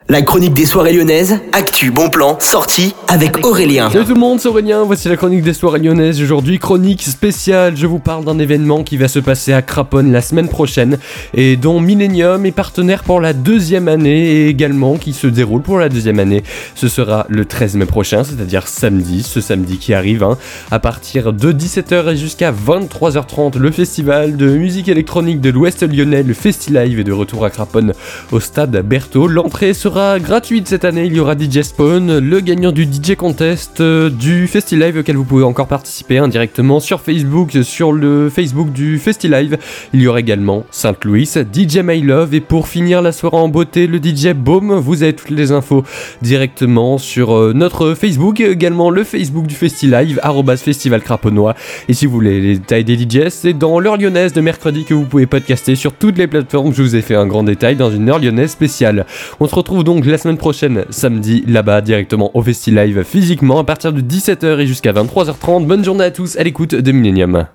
La chronique des soirées lyonnaises, actu, bon plan, sortie avec Aurélien. Salut tout le monde, c'est Aurélien, voici la chronique des soirées lyonnaises. Aujourd'hui, chronique spéciale, je vous parle d'un événement qui va se passer à Craponne la semaine prochaine et dont Millennium est partenaire pour la deuxième année et également qui se déroule pour la deuxième année. Ce sera le 13 mai prochain, c'est-à-dire samedi, ce samedi qui arrive, à partir de 17h et jusqu'à 23h30. Le festival de musique électronique de l'Ouest lyonnais, le FestiLive, est de retour à Craponne au stade Berthaud. L'entrée sera gratuite cette année, il y aura DJ Spawn, le gagnant du DJ Contest du FestiLive auquel vous pouvez encore participer indirectement sur Facebook, sur le Facebook du FestiLive. Il y aura également Saint-Louis, DJ My Love et pour finir la soirée en beauté, le DJ Baume. Vous avez toutes les infos directement sur notre Facebook, également le Facebook du FestiLive, @Festival Craponnois. Et si vous voulez les détails des DJs, c'est dans l'heure lyonnaise de mercredi que vous pouvez podcaster sur toutes les plateformes. Je vous ai fait un grand détail dans une heure lyonnaise spéciale. On se retrouve donc la semaine prochaine, samedi, là-bas, directement au FestiLive, physiquement, à partir de 17h et jusqu'à 23h30. Bonne journée à tous, à l'écoute de Millennium.